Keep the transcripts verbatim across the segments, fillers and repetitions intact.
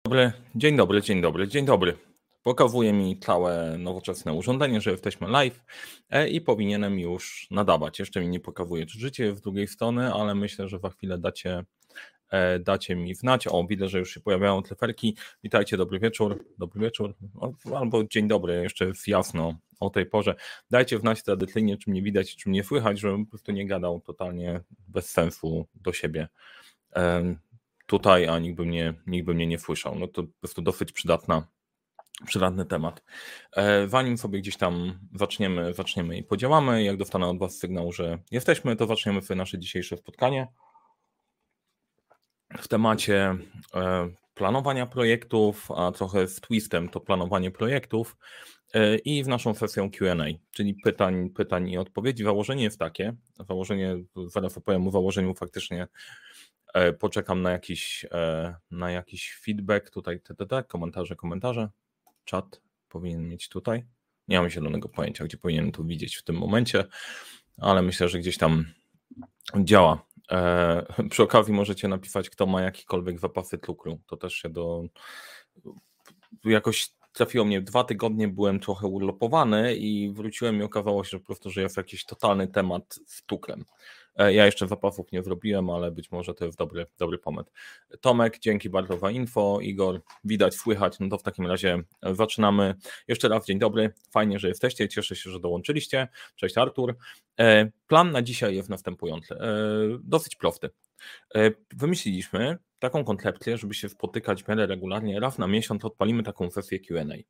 Dobry, dzień dobry, dzień dobry, dzień dobry. Pokazuje mi całe nowoczesne urządzenie, że jesteśmy live e, i powinienem już nadawać. Jeszcze mi nie pokazuje, czy życie jest z drugiej strony, ale myślę, że za chwilę dacie, e, dacie mi znać. O, widzę, że już się pojawiają treferki. Witajcie, dobry wieczór, dobry wieczór, albo dzień dobry, jeszcze jest jasno o tej porze. Dajcie znać tradycyjnie, czy mnie widać, czy mnie słychać, żebym po prostu nie gadał totalnie bez sensu do siebie. E, Tutaj, a nikt by mnie, nikt by mnie nie słyszał. No to po prostu dosyć przydatna, przydatny temat. Zanim sobie gdzieś tam zaczniemy, zaczniemy i podziałamy, jak dostanę od Was sygnał, że jesteśmy, to zaczniemy sobie nasze dzisiejsze spotkanie w temacie planowania projektów, a trochę z twistem to planowanie projektów i w naszą sesję Q and A, czyli pytań, pytań i odpowiedzi. Założenie jest takie, założenie, zaraz opowiem o założeniu faktycznie. Poczekam na jakiś, na jakiś feedback, tutaj te, te, te, komentarze, komentarze, czat powinien mieć tutaj, nie mam zielonego pojęcia, gdzie powinienem to widzieć w tym momencie, ale myślę, że gdzieś tam działa. Przy okazji możecie napisać, kto ma jakikolwiek zapasy cukru, to też się do... jakoś trafiło mnie, dwa tygodnie byłem trochę urlopowany i wróciłem i okazało się, że po prostu, że jest jakiś totalny temat z cukrem. Ja jeszcze zapasów nie zrobiłem, ale być może to jest dobry, dobry pomysł. Tomek, dzięki bardzo za info. Igor, widać, słychać, no to w takim razie zaczynamy. Jeszcze raz dzień dobry, fajnie, że jesteście, cieszę się, że dołączyliście. Cześć Artur. Plan na dzisiaj jest następujący, dosyć prosty. Wymyśliliśmy taką koncepcję, żeby się spotykać w miarę regularnie, raz na miesiąc odpalimy taką sesję Q and A.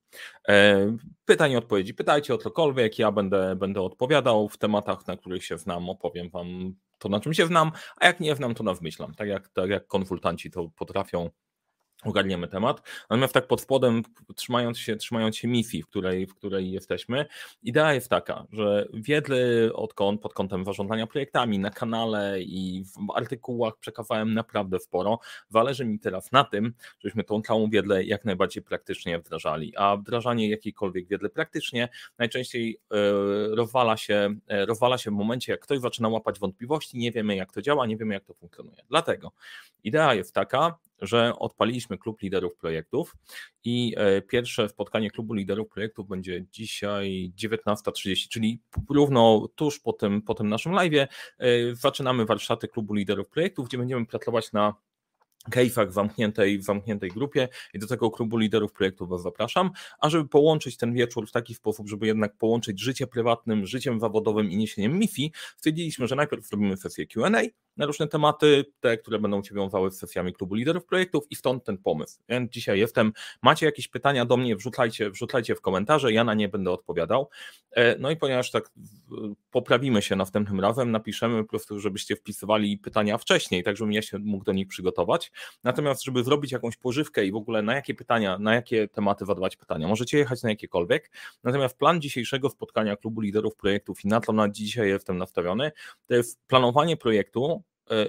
Pytań i odpowiedzi, pytajcie o cokolwiek, ja będę, będę odpowiadał w tematach, na których się znam, opowiem Wam to, na czym się znam, a jak nie znam, to na wymyślam, tak jak, tak jak konsultanci to potrafią. Ogarniemy temat, natomiast tak pod spodem, trzymając się, trzymając się misji, w której, w której jesteśmy, idea jest taka, że wiedzy odkąd, pod kątem zarządzania projektami na kanale i w artykułach przekazałem naprawdę sporo. Zależy mi teraz na tym, żebyśmy tą całą wiedzę jak najbardziej praktycznie wdrażali, a wdrażanie jakiejkolwiek wiedzy praktycznie najczęściej rozwala się, rozwala się w momencie, jak ktoś zaczyna łapać wątpliwości, nie wiemy jak to działa, nie wiemy jak to funkcjonuje. Dlatego idea jest taka, że odpaliliśmy klub liderów projektów i pierwsze spotkanie klubu liderów projektów będzie dzisiaj dziewiętnasta trzydzieści, czyli równo tuż po tym, po tym naszym live'ie zaczynamy warsztaty klubu liderów projektów, gdzie będziemy pracować na case'ach w zamkniętej, w zamkniętej grupie i do tego klubu liderów projektów Was zapraszam, a żeby połączyć ten wieczór w taki sposób, żeby jednak połączyć życie prywatnym, życiem zawodowym i niesieniem misji, stwierdziliśmy, że najpierw zrobimy sesję Q and A na różne tematy, te, które będą się wiązały z sesjami klubu liderów projektów i stąd ten pomysł. Ja dzisiaj jestem, macie jakieś pytania do mnie, wrzucajcie, wrzucajcie w komentarze, ja na nie będę odpowiadał. No i ponieważ tak poprawimy się następnym razem, napiszemy po prostu, żebyście wpisywali pytania wcześniej, tak żebym ja się mógł do nich przygotować. Natomiast, żeby zrobić jakąś pożywkę i w ogóle na jakie pytania, na jakie tematy zadawać pytania, możecie jechać na jakiekolwiek. Natomiast plan dzisiejszego spotkania klubu liderów projektów i na to na dzisiaj jestem nastawiony, to jest planowanie projektu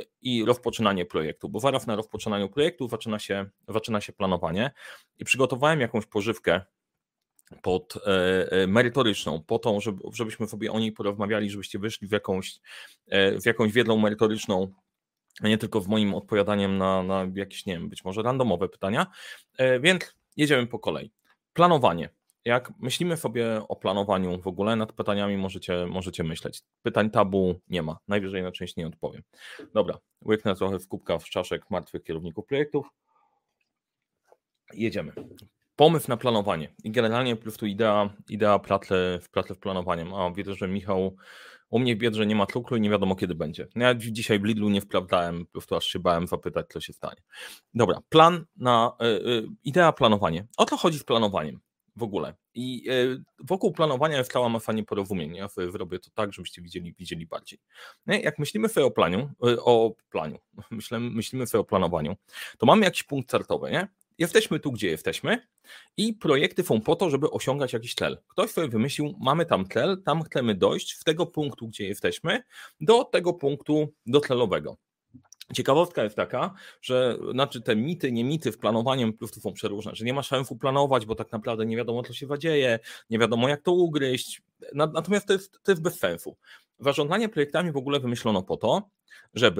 i rozpoczynanie projektu, bo zaraz na rozpoczynaniu projektu zaczyna się, zaczyna się planowanie i przygotowałem jakąś pożywkę pod e, merytoryczną, po to, żeby, żebyśmy sobie o niej porozmawiali, żebyście wyszli w jakąś, e, w jakąś wiedzą merytoryczną, a nie tylko w moim odpowiadaniem na, na jakieś, nie wiem, być może randomowe pytania, e, więc jedziemy po kolei. Planowanie. Jak myślimy sobie o planowaniu w ogóle, nad pytaniami możecie, możecie myśleć. Pytań tabu nie ma, najwyżej na część nie odpowiem. Dobra, łyknę trochę w kubka w czaszek martwych kierowników projektów. Jedziemy. Pomysł na planowanie i generalnie po prostu idea, idea pracy w pracy w planowaniem. A widzę, że Michał, u mnie w Biedrze nie ma cukru i nie wiadomo kiedy będzie. Ja dzisiaj w Lidlu nie sprawdzałem, po prostu aż się bałem zapytać, co się stanie. Dobra, plan na, yy, idea planowanie. O co chodzi z planowaniem w ogóle? I yy, wokół planowania jest cała masa nieporozumień. Ja sobie zrobię to tak, żebyście widzieli, widzieli bardziej. No, jak myślimy sobie o planiu, yy, o planiu, myślę, myślimy sobie o planowaniu, to mamy jakiś punkt startowy, nie? Jesteśmy tu, gdzie jesteśmy i projekty są po to, żeby osiągać jakiś cel. Ktoś sobie wymyślił, mamy tam cel, tam chcemy dojść z tego punktu, gdzie jesteśmy, do tego punktu docelowego. Ciekawostka jest taka, że znaczy te mity, nie mity w planowaniu po prostu są przeróżne, że nie ma sensu planować, bo tak naprawdę nie wiadomo, co się zadzieje, nie wiadomo, jak to ugryźć. Natomiast to jest, to jest bez sensu. Zarządzanie projektami w ogóle wymyślono po to, żeby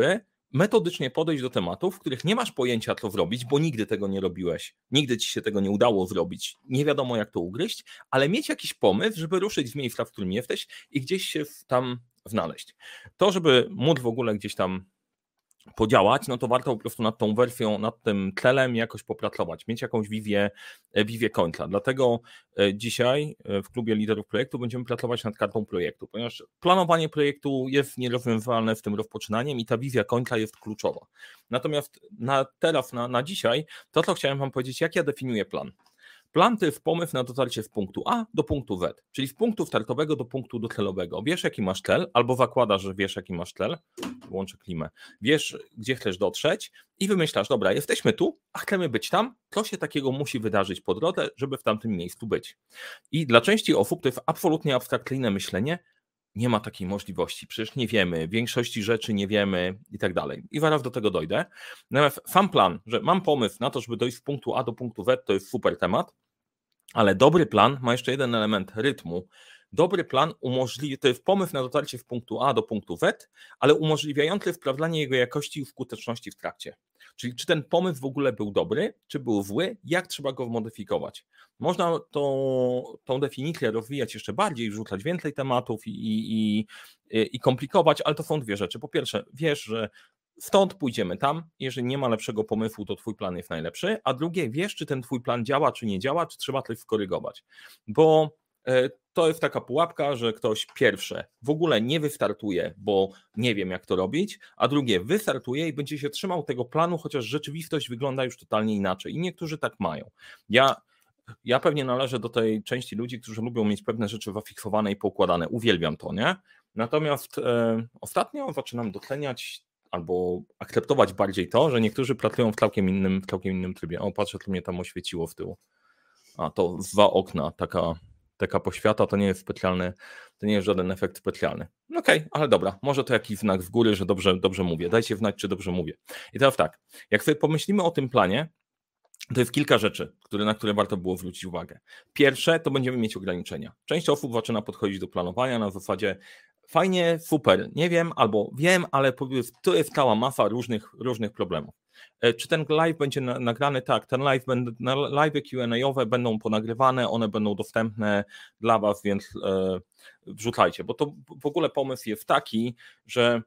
metodycznie podejść do tematów, w których nie masz pojęcia, co zrobić, bo nigdy tego nie robiłeś, nigdy ci się tego nie udało zrobić, nie wiadomo jak to ugryźć, ale mieć jakiś pomysł, żeby ruszyć z miejsca, w którym jesteś i gdzieś się tam znaleźć. To, żeby móc w ogóle gdzieś tam podziałać, no to warto po prostu nad tą wersją, nad tym celem jakoś popracować, mieć jakąś wizję, wizję końca. Dlatego dzisiaj w klubie liderów projektu będziemy pracować nad kartą projektu, ponieważ planowanie projektu jest nierozwiązalne z tym rozpoczynaniem i ta wizja końca jest kluczowa. Natomiast na teraz, na, na dzisiaj, to co chciałem wam powiedzieć, jak ja definiuję plan. Plan to jest pomysł na dotarcie z punktu A do punktu Z, czyli z punktu startowego do punktu docelowego. Wiesz, jaki masz cel, albo zakładasz, że wiesz, jaki masz cel, włączę klimę, wiesz, gdzie chcesz dotrzeć i wymyślasz, dobra, jesteśmy tu, a chcemy być tam, co się takiego musi wydarzyć po drodze, żeby w tamtym miejscu być. I dla części osób to jest absolutnie abstrakcyjne myślenie, nie ma takiej możliwości, przecież nie wiemy, większości rzeczy nie wiemy i tak dalej. I zaraz do tego dojdę. Natomiast sam plan, że mam pomysł na to, żeby dojść z punktu A do punktu Z, to jest super temat, ale dobry plan ma jeszcze jeden element rytmu. Dobry plan umożliwia, to jest pomysł na dotarcie z punktu A do punktu Z, ale umożliwiający sprawdzanie jego jakości i skuteczności w trakcie. Czyli czy ten pomysł w ogóle był dobry, czy był zły, jak trzeba go zmodyfikować. Można tą, tą definicję rozwijać jeszcze bardziej, wrzucać więcej tematów i, i, i, i komplikować, ale to są dwie rzeczy. Po pierwsze, wiesz, że stąd pójdziemy tam, jeżeli nie ma lepszego pomysłu, to twój plan jest najlepszy, a drugie, wiesz, czy ten twój plan działa, czy nie działa, czy trzeba coś skorygować. Bo to jest taka pułapka, że ktoś pierwsze w ogóle nie wystartuje, bo nie wiem jak to robić, a drugie wystartuje i będzie się trzymał tego planu, chociaż rzeczywistość wygląda już totalnie inaczej i niektórzy tak mają. Ja, ja pewnie należę do tej części ludzi, którzy lubią mieć pewne rzeczy zafiksowane i poukładane, uwielbiam to, nie? Natomiast e, ostatnio zaczynam doceniać albo akceptować bardziej to, że niektórzy pracują w całkiem innym, w całkiem innym trybie. O, patrzę, to mnie tam oświeciło w tyłu. A to dwa okna, taka taka poświata, to nie jest specjalny, to nie jest żaden efekt specjalny. Okej, okay, ale dobra, może to jakiś znak z góry, że dobrze, dobrze mówię. Dajcie znać, czy dobrze mówię. I teraz tak, jak sobie pomyślimy o tym planie, to jest kilka rzeczy, które, na które warto było zwrócić uwagę. Pierwsze, to będziemy mieć ograniczenia. Część osób zaczyna podchodzić do planowania na zasadzie fajnie, super, nie wiem, albo wiem, ale to jest cała masa różnych, różnych problemów. Czy ten live będzie nagrany? Tak, ten live, live Q and A-owe będą ponagrywane, one będą dostępne dla was, więc e, wrzucajcie, bo to w ogóle pomysł jest taki, że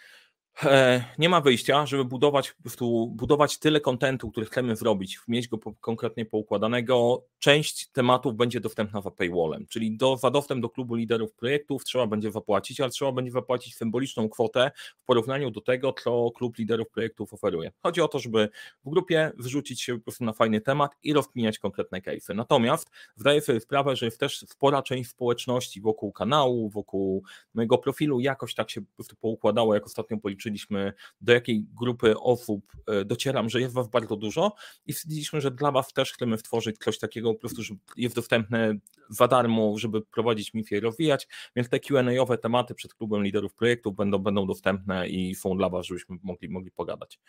nie ma wyjścia, żeby budować, po prostu budować tyle kontentu, który chcemy zrobić, mieć go konkretnie poukładanego. Część tematów będzie dostępna za paywallem, czyli do, za dostęp do klubu liderów projektów trzeba będzie zapłacić, ale trzeba będzie zapłacić symboliczną kwotę w porównaniu do tego, co klub liderów projektów oferuje. Chodzi o to, żeby w grupie wyrzucić się po prostu na fajny temat i rozkminiać konkretne case'y. Natomiast zdaję sobie sprawę, że jest też spora część społeczności wokół kanału, wokół mojego profilu, jakoś tak się po prostu poukładało, jak ostatnio policzyliśmy, do jakiej grupy osób docieram, że jest was bardzo dużo i stwierdziliśmy, że dla was też chcemy stworzyć coś takiego, po prostu, że jest dostępne za darmo, żeby prowadzić misję i rozwijać, więc te Q and A-owe tematy przed klubem liderów projektów będą, będą dostępne i są dla was, żebyśmy mogli, mogli pogadać.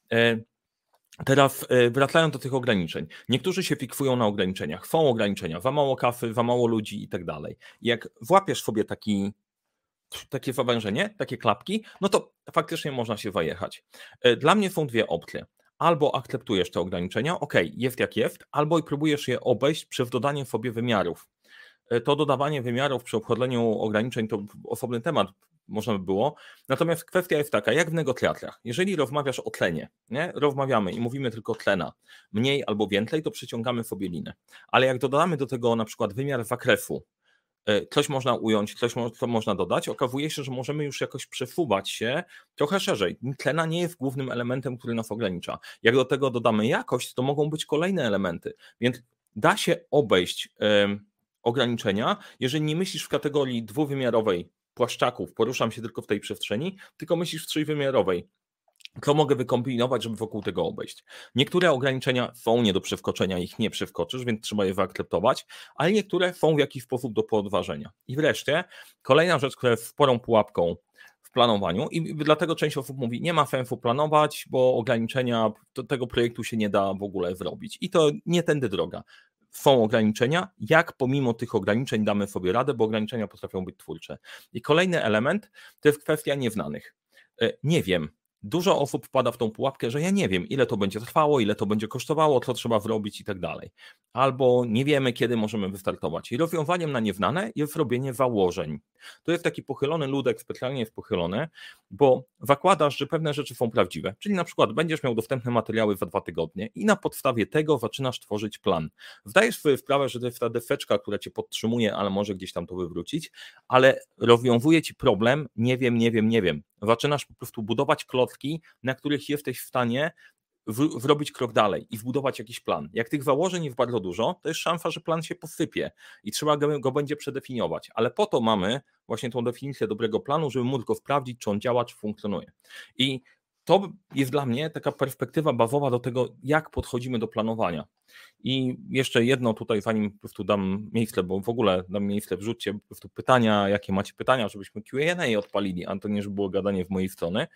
Teraz wracając do tych ograniczeń. Niektórzy się fiksują na ograniczeniach. Są ograniczenia, za mało kasy, za mało ludzi i tak dalej. Jak włapiesz sobie taki takie zawężenie, takie klapki, no to faktycznie można się zajechać. Dla mnie są dwie opcje. Albo akceptujesz te ograniczenia, ok, jest jak jest, albo i próbujesz je obejść przez dodanie sobie wymiarów. To dodawanie wymiarów przy obchodzeniu ograniczeń to osobny temat, można by było. Natomiast kwestia jest taka, jak w negocjacjach. Jeżeli rozmawiasz o tlenie, nie? Rozmawiamy i mówimy tylko tlena, mniej albo więcej, to przyciągamy sobie linę. Ale jak dodamy do tego na przykład wymiar zakresu, coś można ująć, coś co można dodać, okazuje się, że możemy już jakoś przesuwać się trochę szerzej. Tlena nie jest głównym elementem, który nas ogranicza. Jak do tego dodamy jakość, to mogą być kolejne elementy, więc da się obejść y, ograniczenia, jeżeli nie myślisz w kategorii dwuwymiarowej płaszczaków, poruszam się tylko w tej przestrzeni, tylko myślisz w trójwymiarowej. Co mogę wykombinować, żeby wokół tego obejść? Niektóre ograniczenia są nie do przeskoczenia, ich nie przeskoczysz, więc trzeba je wyakceptować, ale niektóre są w jakiś sposób do podważenia. I wreszcie kolejna rzecz, która jest sporą pułapką w planowaniu i dlatego część osób mówi, nie ma sensu planować, bo ograniczenia, to, tego projektu się nie da w ogóle zrobić. I to nie tędy droga. Są ograniczenia, jak pomimo tych ograniczeń damy sobie radę, bo ograniczenia potrafią być twórcze. I kolejny element to jest kwestia nieznanych. Nie wiem. Dużo osób wpada w tą pułapkę, że ja nie wiem, ile to będzie trwało, ile to będzie kosztowało, co trzeba zrobić i tak dalej. Albo nie wiemy, kiedy możemy wystartować. I rozwiązaniem na nieznane jest robienie założeń. To jest taki pochylony ludek, specjalnie jest pochylony, bo zakładasz, że pewne rzeczy są prawdziwe. Czyli na przykład będziesz miał dostępne materiały za dwa tygodnie i na podstawie tego zaczynasz tworzyć plan. Zdajesz sobie sprawę, że to jest ta defeczka, która cię podtrzymuje, ale może gdzieś tam to wywrócić, ale rozwiązuje ci problem, nie wiem, nie wiem, nie wiem. Zaczynasz po prostu budować klocki, na których jesteś w stanie w, zrobić krok dalej i wbudować jakiś plan. Jak tych założeń jest bardzo dużo, to jest szansa, że plan się posypie i trzeba go, go będzie przedefiniować. Ale po to mamy właśnie tą definicję dobrego planu, żeby móc go sprawdzić, czy on działa, czy funkcjonuje. I to jest dla mnie taka perspektywa bazowa do tego, jak podchodzimy do planowania. I jeszcze jedno tutaj, zanim po prostu dam miejsce, bo w ogóle dam miejsce, wrzućcie po prostu pytania, jakie macie pytania, żebyśmy Q and A odpalili, a to nie, żeby było gadanie w mojej strony.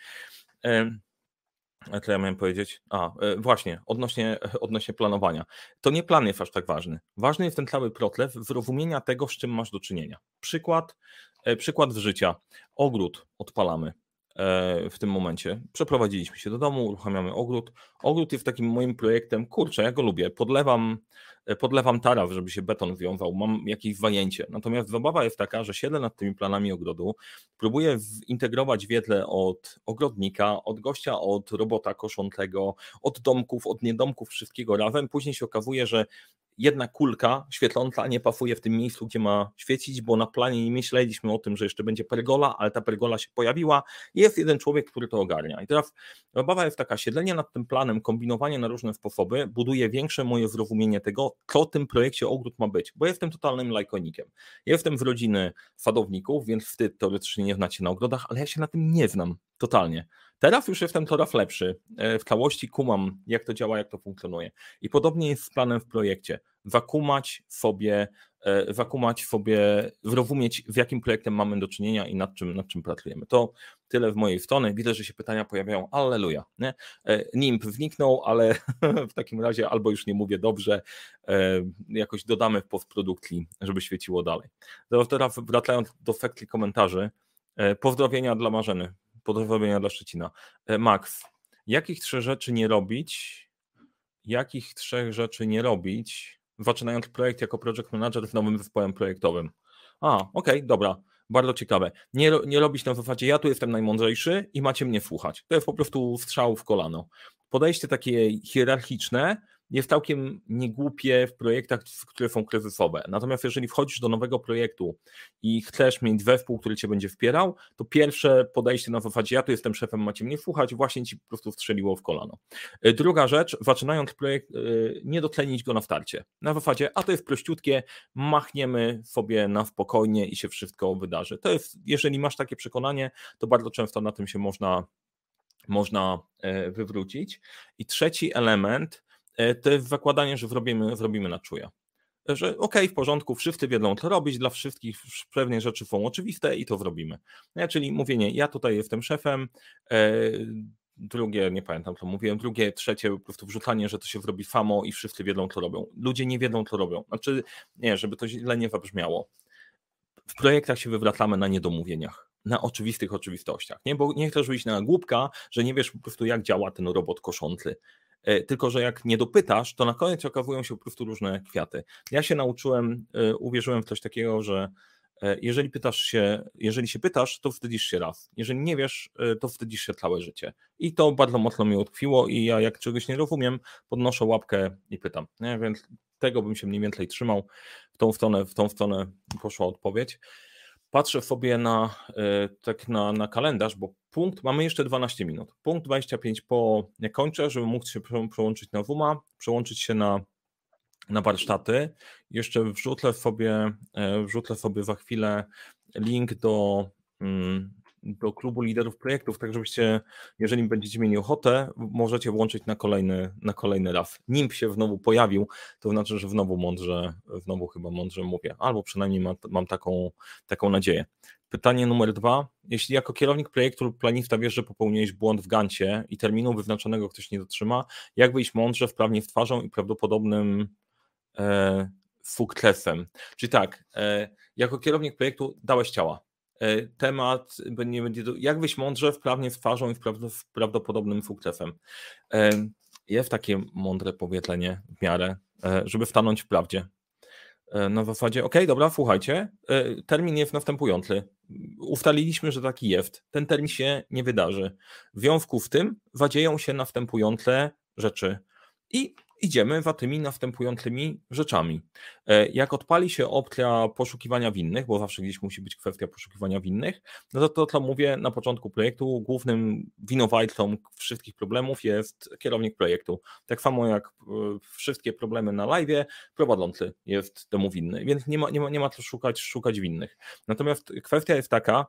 Co ja miałem powiedzieć? A, właśnie, odnośnie, odnośnie planowania. To nie plan jest aż tak ważny. Ważny jest ten cały proces zrozumienia tego, z czym masz do czynienia. Przykład, przykład z życia. Ogród odpalamy w tym momencie. Przeprowadziliśmy się do domu, uruchamiamy ogród. Ogród jest takim moim projektem, kurczę, ja go lubię, podlewam, podlewam taraw, żeby się beton wiązał, mam jakieś zajęcie. Natomiast zabawa jest taka, że siedzę nad tymi planami ogrodu, próbuję zintegrować wiedzę od ogrodnika, od gościa, od robota koszącego, od domków, od niedomków, wszystkiego razem. Później się okazuje, że jedna kulka świetląca nie pasuje w tym miejscu, gdzie ma świecić, bo na planie nie myśleliśmy o tym, że jeszcze będzie pergola, ale ta pergola się pojawiła i jest jeden człowiek, który to ogarnia. I teraz zabawa jest taka, siedzenie nad tym planem, kombinowanie na różne sposoby buduje większe moje zrozumienie tego, co w tym projekcie ogród ma być, bo jestem totalnym lajkonikiem. Jestem z rodziny sadowników, więc wstyd teoretycznie nie znać się na ogrodach, ale ja się na tym nie znam totalnie. Teraz już jestem coraz lepszy. W całości kumam, jak to działa, jak to funkcjonuje. I podobnie jest z planem w projekcie. Wakumać sobie, wakumać sobie, zrozumieć, z jakim projektem mamy do czynienia i nad czym, nad czym pracujemy. To tyle w mojej strony. Widzę, że się pytania pojawiają. Alleluja. Nie? Nimb wniknął, ale w takim razie albo już nie mówię dobrze, jakoś dodamy w postprodukcji, żeby świeciło dalej. Teraz wracając do sekcji komentarzy. Pozdrowienia dla Marzeny. Pozdrowienia dla Szczecina. Max, jakich trzech rzeczy nie robić, jakich trzech rzeczy nie robić, zaczynając projekt jako project manager w nowym zespołem projektowym? A, okej, okay, dobra, bardzo ciekawe. Nie, nie robić na zasadzie, ja tu jestem najmądrzejszy i macie mnie słuchać. To jest po prostu strzał w kolano. Podejście takie hierarchiczne jest całkiem niegłupie w projektach, które są kryzysowe. Natomiast jeżeli wchodzisz do nowego projektu i chcesz mieć zespół, który cię będzie wspierał, to pierwsze podejście na zasadzie, ja tu jestem szefem, macie mnie słuchać, właśnie ci po prostu strzeliło w kolano. Druga rzecz, zaczynając projekt, nie dotlenić go na starcie. Na zasadzie, a to jest prościutkie, machniemy sobie na spokojnie i się wszystko wydarzy. To jest, jeżeli masz takie przekonanie, to bardzo często na tym się można, można wywrócić. I trzeci element, to jest zakładanie, że zrobimy, zrobimy na czuja. Że okej, okay, w porządku, wszyscy wiedzą, co robić, dla wszystkich pewne rzeczy są oczywiste i to zrobimy. Ja, czyli mówienie, ja tutaj jestem szefem, e, drugie, nie pamiętam co mówiłem, drugie, trzecie, po prostu wrzucanie, że to się zrobi samo i wszyscy wiedzą, co robią. Ludzie nie wiedzą, co robią. Znaczy, nie, żeby to źle nie zabrzmiało. W projektach się wywracamy na niedomówieniach, na oczywistych oczywistościach, nie? Bo nie chcesz wyjść na głupka, że nie wiesz po prostu, jak działa ten robot koszący. Tylko że jak nie dopytasz, to na koniec okazują się po prostu różne kwiaty. Ja się nauczyłem, uwierzyłem w coś takiego, że jeżeli pytasz się, jeżeli się pytasz, to wstydzisz się raz. Jeżeli nie wiesz, to wstydzisz się całe życie. I to bardzo mocno mi utkwiło i ja jak czegoś nie rozumiem, podnoszę łapkę i pytam. Nie? Więc tego bym się mniej więcej trzymał. W tą stronę, w tą stronę poszła odpowiedź. Patrzę sobie na, tak na, na kalendarz, bo punkt, mamy jeszcze dwanaście minut. Punkt dwadzieścia pięć po nie kończę, żeby móc się przełączyć na Zooma, przełączyć się na, na warsztaty. Jeszcze wrzucę sobie, wrzucę sobie za chwilę link do, do klubu liderów projektów, tak żebyście, jeżeli będziecie mieli ochotę, możecie włączyć na kolejny, na kolejny raz. Nimb się znowu pojawił, to znaczy, że znowu mądrze, znowu chyba mądrze mówię, albo przynajmniej mam, mam taką, taką nadzieję. Pytanie numer dwa. Jeśli jako kierownik projektu lub planista wiesz, że popełniłeś błąd w gancie i terminu wyznaczonego ktoś nie dotrzyma, jak wyjść mądrze, wprawnie z twarzą i prawdopodobnym e, sukcesem? Czyli tak, e, jako kierownik projektu dałeś ciała. temat nie będzie, jak wyjść mądrze, wprawnie z twarzą i z prawdopodobnym sukcesem. Jest takie mądre powiedzenie w miarę, żeby stanąć w prawdzie. Na zasadzie, okej, dobra, słuchajcie, termin jest następujący. Ustaliliśmy, że taki jest. Ten termin się nie wydarzy. W związku z tym zadzieją się następujące rzeczy. I idziemy za tymi następującymi rzeczami. Jak odpali się opcja poszukiwania winnych, bo zawsze gdzieś musi być kwestia poszukiwania winnych, no to to, co mówię na początku projektu, głównym winowajcą wszystkich problemów jest kierownik projektu. Tak samo jak wszystkie problemy na live'ie, prowadzący jest temu winny, więc nie ma, nie ma, nie ma co szukać, szukać winnych. Natomiast kwestia jest taka,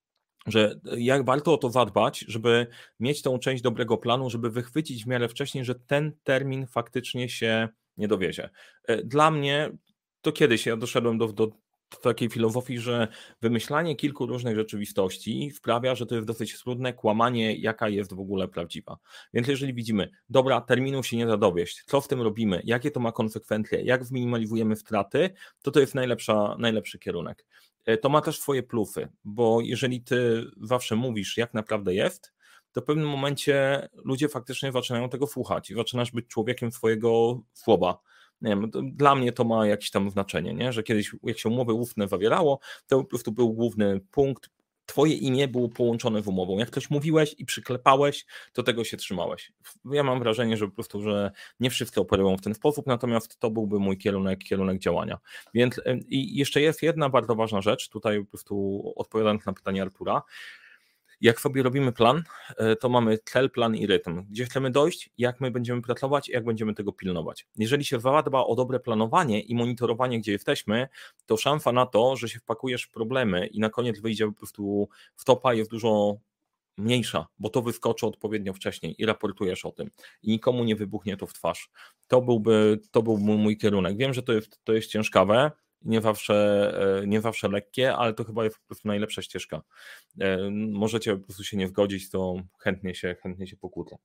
że jak warto o to zadbać, żeby mieć tą część dobrego planu, żeby wychwycić w miarę wcześniej, że ten termin faktycznie się nie dowiezie. Dla mnie to kiedyś ja doszedłem do, do takiej filozofii, że wymyślanie kilku różnych rzeczywistości sprawia, że to jest dosyć trudne kłamanie, jaka jest w ogóle prawdziwa. Więc jeżeli widzimy, dobra, terminu się nie da dowieść, co w tym robimy, jakie to ma konsekwencje, jak zminimalizujemy straty, to to jest najlepsza, najlepszy kierunek. To ma też swoje plusy, bo jeżeli ty zawsze mówisz, jak naprawdę jest, to w pewnym momencie ludzie faktycznie zaczynają tego słuchać i zaczynasz być człowiekiem swojego słowa. Nie wiem, dla mnie to ma jakieś tam znaczenie, nie? Że kiedyś jak się umowy ufne zawierało, to po prostu był główny punkt, twoje imię było połączone z umową. Jak coś mówiłeś i przyklepałeś, to tego się trzymałeś. Ja mam wrażenie, że po prostu, że nie wszyscy operują w ten sposób, natomiast to byłby mój kierunek, kierunek działania. Więc i jeszcze jest jedna bardzo ważna rzecz, tutaj po prostu odpowiadając na pytanie Artura. Jak sobie robimy plan, to mamy cel, plan i rytm. Gdzie chcemy dojść, jak my będziemy pracować, jak będziemy tego pilnować. Jeżeli się zadba o dobre planowanie i monitorowanie, gdzie jesteśmy, to szansa na to, że się wpakujesz w problemy i na koniec wyjdzie po prostu w topa, jest dużo mniejsza, bo to wyskoczy odpowiednio wcześniej i raportujesz o tym i nikomu nie wybuchnie to w twarz. To byłby, to byłby mój kierunek. Wiem, że to jest, to jest ciężkawe, nie zawsze, nie zawsze lekkie, ale to chyba jest po prostu najlepsza ścieżka. Możecie po prostu się nie zgodzić, to chętnie się, chętnie się pokłócę.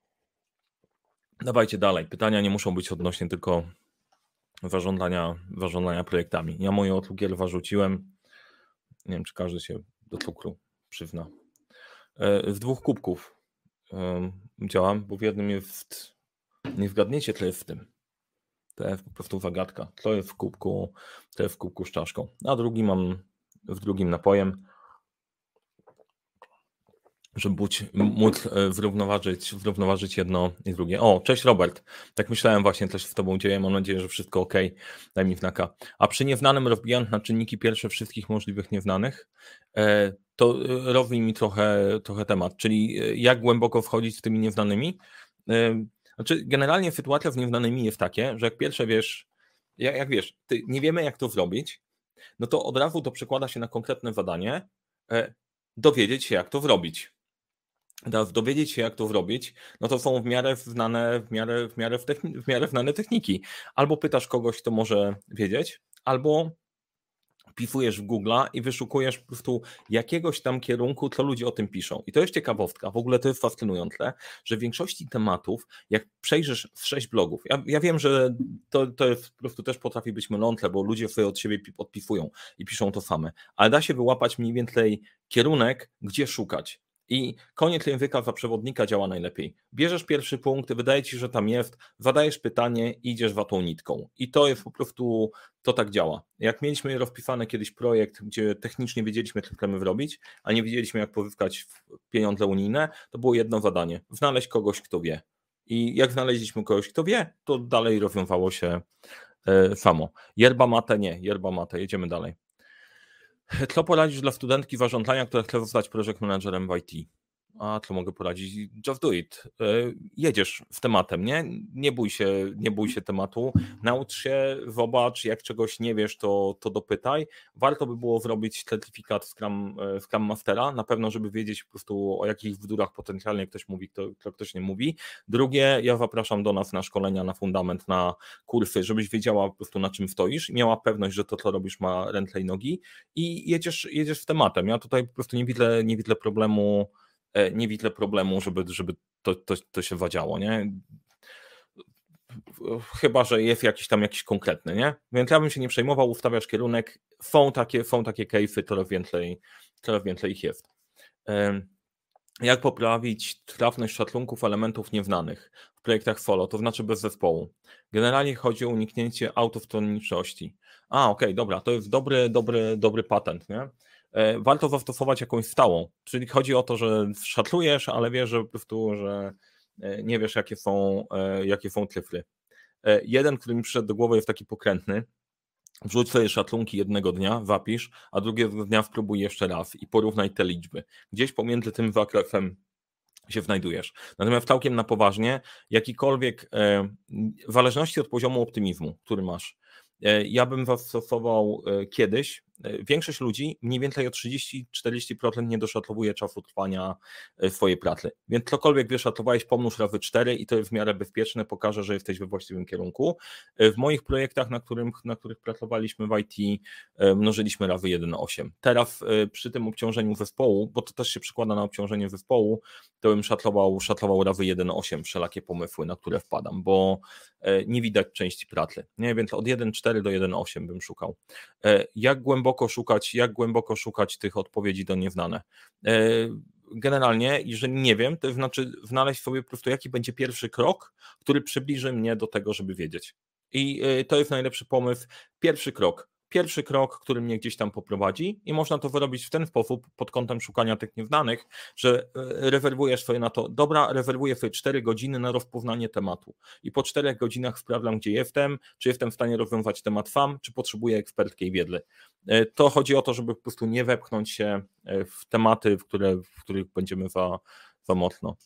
Dawajcie dalej. Pytania nie muszą być odnośnie tylko zarządzania, zarządzania projektami. Ja moje od cukier warzuciłem. Nie wiem, czy każdy się do cukru przyzna. Z dwóch kubków działam, bo w jednym jest, nie zgadniecie, co jest w tym. To jest po prostu zagadka. To jest w kubku, to jest w kubku z czaszką. A drugi mam w drugim napojem, żeby móc zrównoważyć, zrównoważyć jedno i drugie. O, cześć Robert. Tak myślałem właśnie, coś z tobą dzieje. Mam nadzieję, że wszystko ok. Daj mi znaka. A przy nieznanym rozbijając na czynniki pierwsze wszystkich możliwych nieznanych, to robi mi trochę, trochę temat. Czyli jak głęboko wchodzić z tymi nieznanymi? Znaczy, generalnie sytuacja z nieznanymi jest takie, że jak pierwsze wiesz, jak, jak wiesz, ty nie wiemy jak to zrobić, no to od razu to przekłada się na konkretne zadanie, e, dowiedzieć się jak to zrobić. Teraz dowiedzieć się jak to zrobić, no to są w miarę znane, w miarę, w miarę, w techni- w miarę znane techniki. Albo pytasz kogoś, kto może wiedzieć, albo wpisujesz w Google'a i wyszukujesz po prostu jakiegoś tam kierunku, co ludzie o tym piszą. I to jest ciekawostka, w ogóle to jest fascynujące, że w większości tematów, jak przejrzysz z sześć blogów, ja, ja wiem, że to, to jest po prostu też potrafi być mylące, bo ludzie sobie od siebie odpisują i piszą to same, ale da się wyłapać mniej więcej kierunek, gdzie szukać. I koniec języka za przewodnika działa najlepiej. Bierzesz pierwszy punkt, wydaje ci się, że tam jest, zadajesz pytanie i idziesz za tą nitką. I to jest po prostu, to tak działa. Jak mieliśmy rozpisany kiedyś projekt, gdzie technicznie wiedzieliśmy, co chcemy zrobić, a nie wiedzieliśmy, jak pozyskać pieniądze unijne, to było jedno zadanie. Znaleźć kogoś, kto wie. I jak znaleźliśmy kogoś, kto wie, to dalej rozwiązało się samo. Yerba mate nie, yerba mate, jedziemy dalej. Co poradzisz dla studentki zarządzania, która chce zostać project managerem w I T? A co mogę poradzić? Just do it. Jedziesz z tematem, nie? Nie bój się, nie bój się tematu. Naucz się, zobacz, jak czegoś nie wiesz, to, to dopytaj. Warto by było zrobić certyfikat Scrum, Scrum Mastera, na pewno, żeby wiedzieć po prostu o jakich wdurach potencjalnie ktoś mówi, kto, kto ktoś nie mówi. Drugie, ja zapraszam do nas na szkolenia, na fundament, na kursy, żebyś wiedziała po prostu na czym stoisz, miała pewność, że to, co robisz, ma ręce i nogi i jedziesz, jedziesz z tematem. Ja tutaj po prostu nie widzę, nie widzę problemu nie widzę problemu, żeby, żeby to, to, to się wadziało, nie? Chyba że jest jakiś tam jakiś konkretny, nie? Więc ja bym się nie przejmował, ustawiasz kierunek, są takie, są takie case'y, coraz więcej, coraz więcej ich jest. Jak poprawić trafność szacunków elementów nieznanych w projektach solo, to znaczy bez zespołu? Generalnie chodzi o uniknięcie autostroniczności. A, okej, okay, dobra, to jest dobry, dobry, dobry patent, nie? Warto zastosować jakąś stałą, czyli chodzi o to, że szacujesz, ale wiesz, że po prostu, że nie wiesz, jakie są, jakie są cyfry. Jeden, który mi przyszedł do głowy, jest taki pokrętny. Wrzuć sobie szacunki jednego dnia, zapisz, a drugiego dnia spróbuj jeszcze raz i porównaj te liczby. Gdzieś pomiędzy tym zakresem się znajdujesz. Natomiast całkiem na poważnie, jakikolwiek, e, w zależności od poziomu optymizmu, który masz, e, ja bym zastosował e, kiedyś, e, większość ludzi mniej więcej o trzydzieści do czterdziestu procent nie doszacowuje czasu trwania e, swojej pracy. Więc cokolwiek wyszacowałeś, pomnóż razy cztery i to jest w miarę bezpieczne, pokaże, że jesteś we właściwym kierunku. E, w moich projektach, na, którym, na których pracowaliśmy w I T, e, mnożyliśmy razy jeden przecinek osiem. Teraz e, przy tym obciążeniu zespołu, bo to też się przekłada na obciążenie zespołu, to bym szatlował, szatlował razy jeden przecinek osiem wszelakie pomysły, na które wpadam, bo nie widać części pracy. Nie, więc od jeden przecinek cztery do jeden przecinek osiem bym szukał. Jak głęboko szukać, jak głęboko szukać tych odpowiedzi do nieznane? Generalnie, jeżeli nie wiem, to znaczy znaleźć sobie po prostu, jaki będzie pierwszy krok, który przybliży mnie do tego, żeby wiedzieć. I to jest najlepszy pomysł. Pierwszy krok. Pierwszy krok, który mnie gdzieś tam poprowadzi i można to wyrobić w ten sposób pod kątem szukania tych nieznanych, że rezerwujesz sobie na to, dobra, rezerwuję sobie cztery godziny na rozpoznanie tematu i po czterech godzinach sprawdzam, gdzie jestem, czy jestem w stanie rozwiązać temat sam, czy potrzebuję eksperckiej wiedzy. To chodzi o to, żeby po prostu nie wepchnąć się w tematy, w, które, w których będziemy za, za mocno.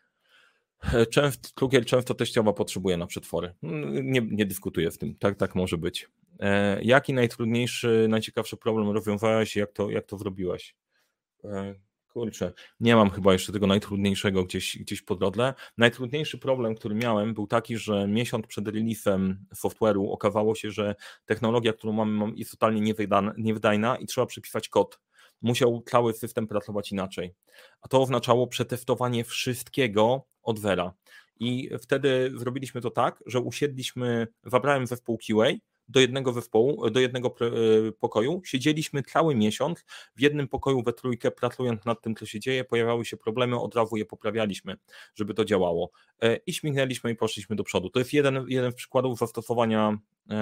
Często, cukier często teściowa potrzebuje na przetwory. Nie, nie dyskutuję z tym, tak, tak może być. E, jaki najtrudniejszy, najciekawszy problem rozwiązałeś i jak to, jak to zrobiłeś? E, kurczę, nie mam chyba jeszcze tego najtrudniejszego gdzieś, gdzieś po drodze. Najtrudniejszy problem, który miałem, był taki, że miesiąc przed release'em software'u okazało się, że technologia, którą mamy, jest totalnie niewydana, niewydajna i trzeba przypisać kod. Musiał cały system pracować inaczej. A to oznaczało przetestowanie wszystkiego od zera. I wtedy zrobiliśmy to tak, że usiedliśmy, zabrałem zespół Q A do jednego zespołu, do jednego pokoju, siedzieliśmy cały miesiąc w jednym pokoju we trójkę, pracując nad tym, co się dzieje, pojawiały się problemy, od razu je poprawialiśmy, żeby to działało. I śmignęliśmy i poszliśmy do przodu. To jest jeden, jeden z przykładów zastosowania,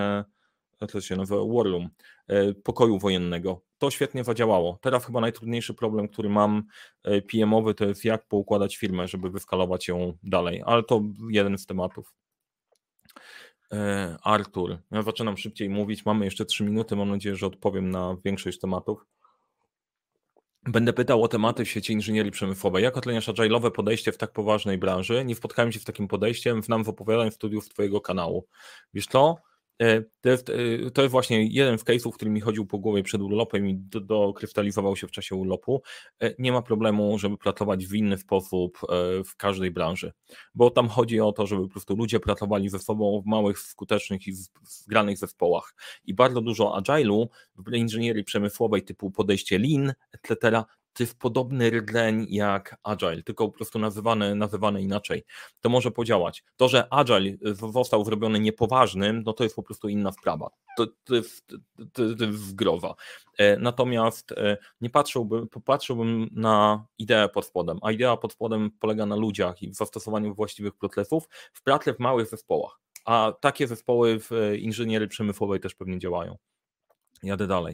to się nazywa War Room, pokoju wojennego. To świetnie zadziałało. Teraz chyba najtrudniejszy problem, który mam P M-owy, to jest jak poukładać firmę, żeby wyskalować ją dalej, ale to jeden z tematów. Artur, ja zaczynam szybciej mówić, mamy jeszcze trzy minuty, mam nadzieję, że odpowiem na większość tematów. Będę pytał o tematy w sieci inżynierii przemysłowej. Jak oceniasz agile'owe podejście w tak poważnej branży? Nie spotkałem się z takim podejściem, znam w opowiadań studiów twojego kanału. Wiesz co? To jest, to jest właśnie jeden z case'ów, który mi chodził po głowie przed urlopem i do, dokrystalizował się w czasie urlopu. Nie ma problemu, żeby pracować w inny sposób w każdej branży, bo tam chodzi o to, żeby po prostu ludzie pracowali ze sobą w małych, skutecznych i zgranych zespołach. I bardzo dużo agile'u w inżynierii przemysłowej typu podejście lean, et cetera, to jest podobny rdzeń jak Agile, tylko po prostu nazywany, nazywany inaczej. To może podziałać. To, że Agile został zrobiony niepoważnym, no to jest po prostu inna sprawa. To, to, jest, to, to jest groza. Natomiast nie patrzyłbym, popatrzyłbym na ideę pod spodem, a idea pod spodem polega na ludziach i w zastosowaniu właściwych procesów w pracy w małych zespołach. A takie zespoły w inżynierii przemysłowej też pewnie działają. Jadę dalej.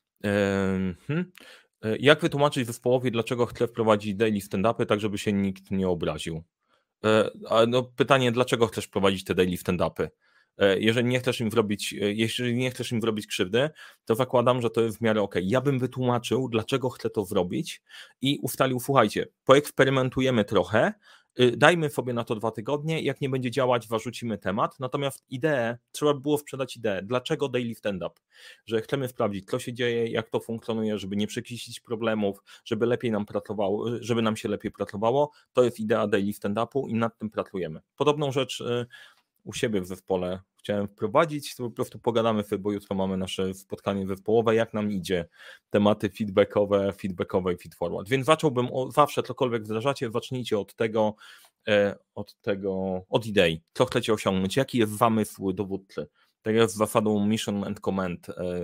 Hmm. Jak wytłumaczyć zespołowi, dlaczego chcę wprowadzić daily stand-upy, tak żeby się nikt nie obraził? No, pytanie, dlaczego chcesz prowadzić te daily stand-upy? Jeżeli nie chcesz im zrobić, jeżeli nie chcesz im zrobić krzywdy, to zakładam, że to jest w miarę okej. Ja bym wytłumaczył, dlaczego chcę to zrobić i ustalił, słuchajcie, poeksperymentujemy trochę, dajmy sobie na to dwa tygodnie, jak nie będzie działać, zarzucimy temat, natomiast ideę, trzeba by było sprzedać ideę, dlaczego daily stand-up, że chcemy sprawdzić, co się dzieje, jak to funkcjonuje, żeby nie przekreślić problemów, żeby lepiej nam pracowało, żeby nam się lepiej pracowało, to jest idea daily stand-upu i nad tym pracujemy. Podobną rzecz u siebie w zespole chciałem wprowadzić, to po prostu pogadamy sobie, bo jutro mamy nasze spotkanie zespołowe, jak nam idzie, tematy feedbackowe, feedbackowe i feedforward. Więc zacząłbym o, zawsze cokolwiek wdrażacie, zacznijcie od tego, e, od tego, od idei, co chcecie osiągnąć, jaki jest zamysł dowódcy. Tak jak z zasadą mission and command, e,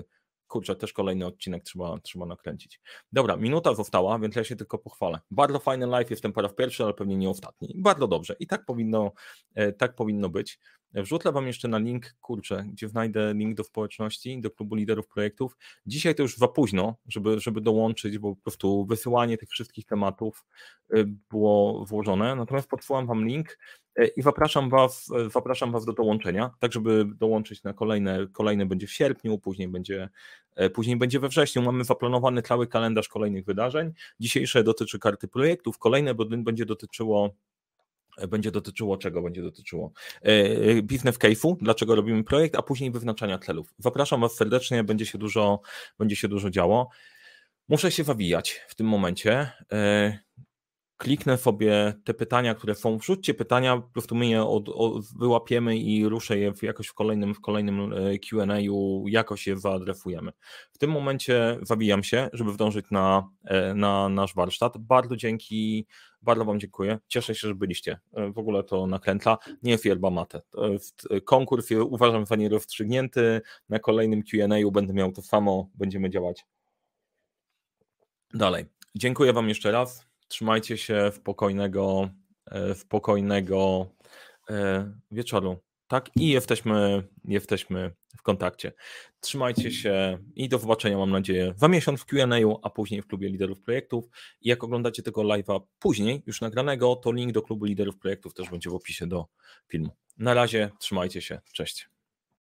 kurczę, też kolejny odcinek trzeba, trzeba nakręcić. Dobra, minuta została, więc ja się tylko pochwalę. Bardzo fajny live, jestem po raz pierwszy, ale pewnie nie ostatni. Bardzo dobrze i tak powinno, tak powinno być. Wrzucę wam jeszcze na link, kurczę, gdzie znajdę link do społeczności, do klubu liderów projektów. Dzisiaj to już za późno, żeby, żeby dołączyć, bo po prostu wysyłanie tych wszystkich tematów było włożone, natomiast podsyłam wam link i zapraszam was, zapraszam was do dołączenia, tak żeby dołączyć na kolejne, kolejne będzie w sierpniu, później będzie, później będzie we wrześniu. Mamy zaplanowany cały kalendarz kolejnych wydarzeń. Dzisiejsze dotyczy karty projektów, kolejne będzie dotyczyło Będzie dotyczyło czego? Będzie dotyczyło business case'u, dlaczego robimy projekt, a później wyznaczania celów. Zapraszam was serdecznie, będzie się dużo, będzie się dużo działo. Muszę się zawijać w tym momencie. Kliknę sobie te pytania, które są, wrzućcie pytania, po prostu my je od, od, wyłapiemy i ruszę je jakoś w kolejnym, w kolejnym Q and A-u, jakoś je zaadresujemy. W tym momencie zawijam się, żeby zdążyć na, na nasz warsztat. Bardzo dzięki, bardzo wam dziękuję. Cieszę się, że byliście. W ogóle to nakrętla. Nie jest yerba mate. Konkurs uważam za nierozstrzygnięty. Na kolejnym Q and A-u będę miał to samo. Będziemy działać dalej. Dziękuję wam jeszcze raz. Trzymajcie się spokojnego, spokojnego wieczoru, tak? I jesteśmy, jesteśmy w kontakcie. Trzymajcie się i do zobaczenia, mam nadzieję, za miesiąc w Q and A-u, a później w klubie liderów projektów. I jak oglądacie tego live'a później, już nagranego, to link do klubu liderów projektów też będzie w opisie do filmu. Na razie, trzymajcie się, cześć.